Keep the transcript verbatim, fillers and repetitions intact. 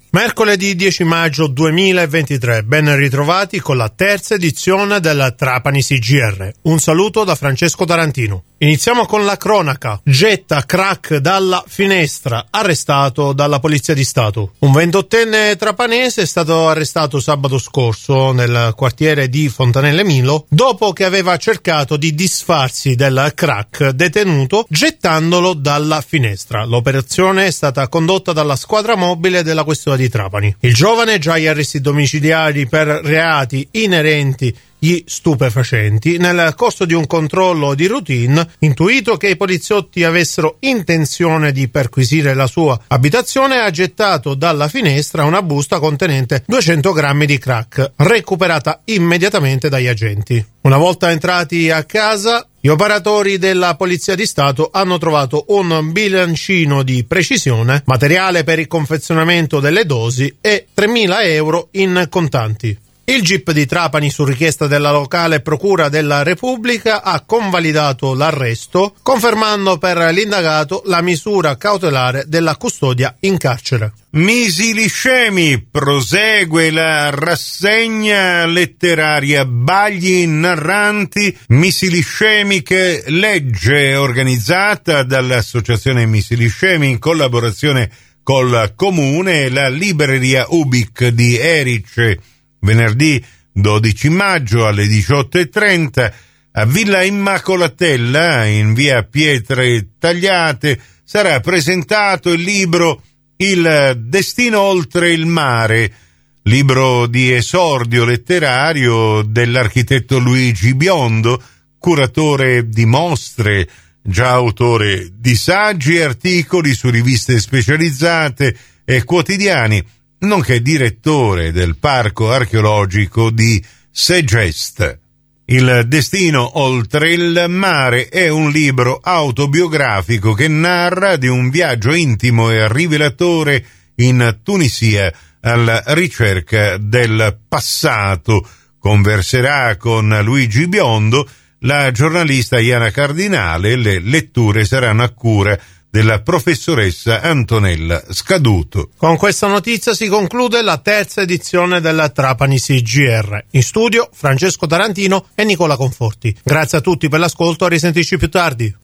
Mercoledì dieci maggio duemilaventitré, ben ritrovati con la terza edizione del Trapani C G R. Un saluto da Francesco Tarantino. Iniziamo con la cronaca. Getta crack dalla finestra, arrestato dalla Polizia di Stato. Un ventottenne trapanese è stato arrestato sabato scorso nel quartiere di Fontanelle Milo dopo che aveva cercato di disfarsi del crack detenuto gettandolo dalla finestra. L'operazione è stata condotta dalla squadra mobile della questura di Trapani. Il giovane, già agli arresti domiciliari per reati inerenti gli stupefacenti, nel corso di un controllo di routine, intuito che i poliziotti avessero intenzione di perquisire la sua abitazione, ha gettato dalla finestra una busta contenente duecento grammi di crack, recuperata immediatamente dagli agenti. Una volta entrati a casa, gli operatori della Polizia di Stato hanno trovato un bilancino di precisione, materiale per il confezionamento delle dosi e tremila euro in contanti. Il G I P di Trapani, su richiesta della locale Procura della Repubblica, ha convalidato l'arresto, confermando per l'indagato la misura cautelare della custodia in carcere. Misili scemi, prosegue la rassegna letteraria Bagli narranti Misili scemi, che legge organizzata dall'associazione Misili scemi in collaborazione col comune e la libreria Ubic di Erice. Venerdì dodici maggio alle diciotto e trenta a Villa Immacolatella, in via Pietre Tagliate, sarà presentato il libro Il destino oltre il mare, libro di esordio letterario dell'architetto Luigi Biondo, curatore di mostre, già autore di saggi e articoli su riviste specializzate e quotidiani, nonché direttore del parco archeologico di Segest. Il destino oltre il mare è un libro autobiografico che narra di un viaggio intimo e rivelatore in Tunisia alla ricerca del passato. Converserà con Luigi Biondo la giornalista Iana Cardinale. Le letture saranno a cura della professoressa Antonella Scaduto. Con questa notizia si conclude la terza edizione della Trapani C G R. In studio Francesco Tarantino e Nicola Conforti. Grazie a tutti per l'ascolto, a risentirci più tardi.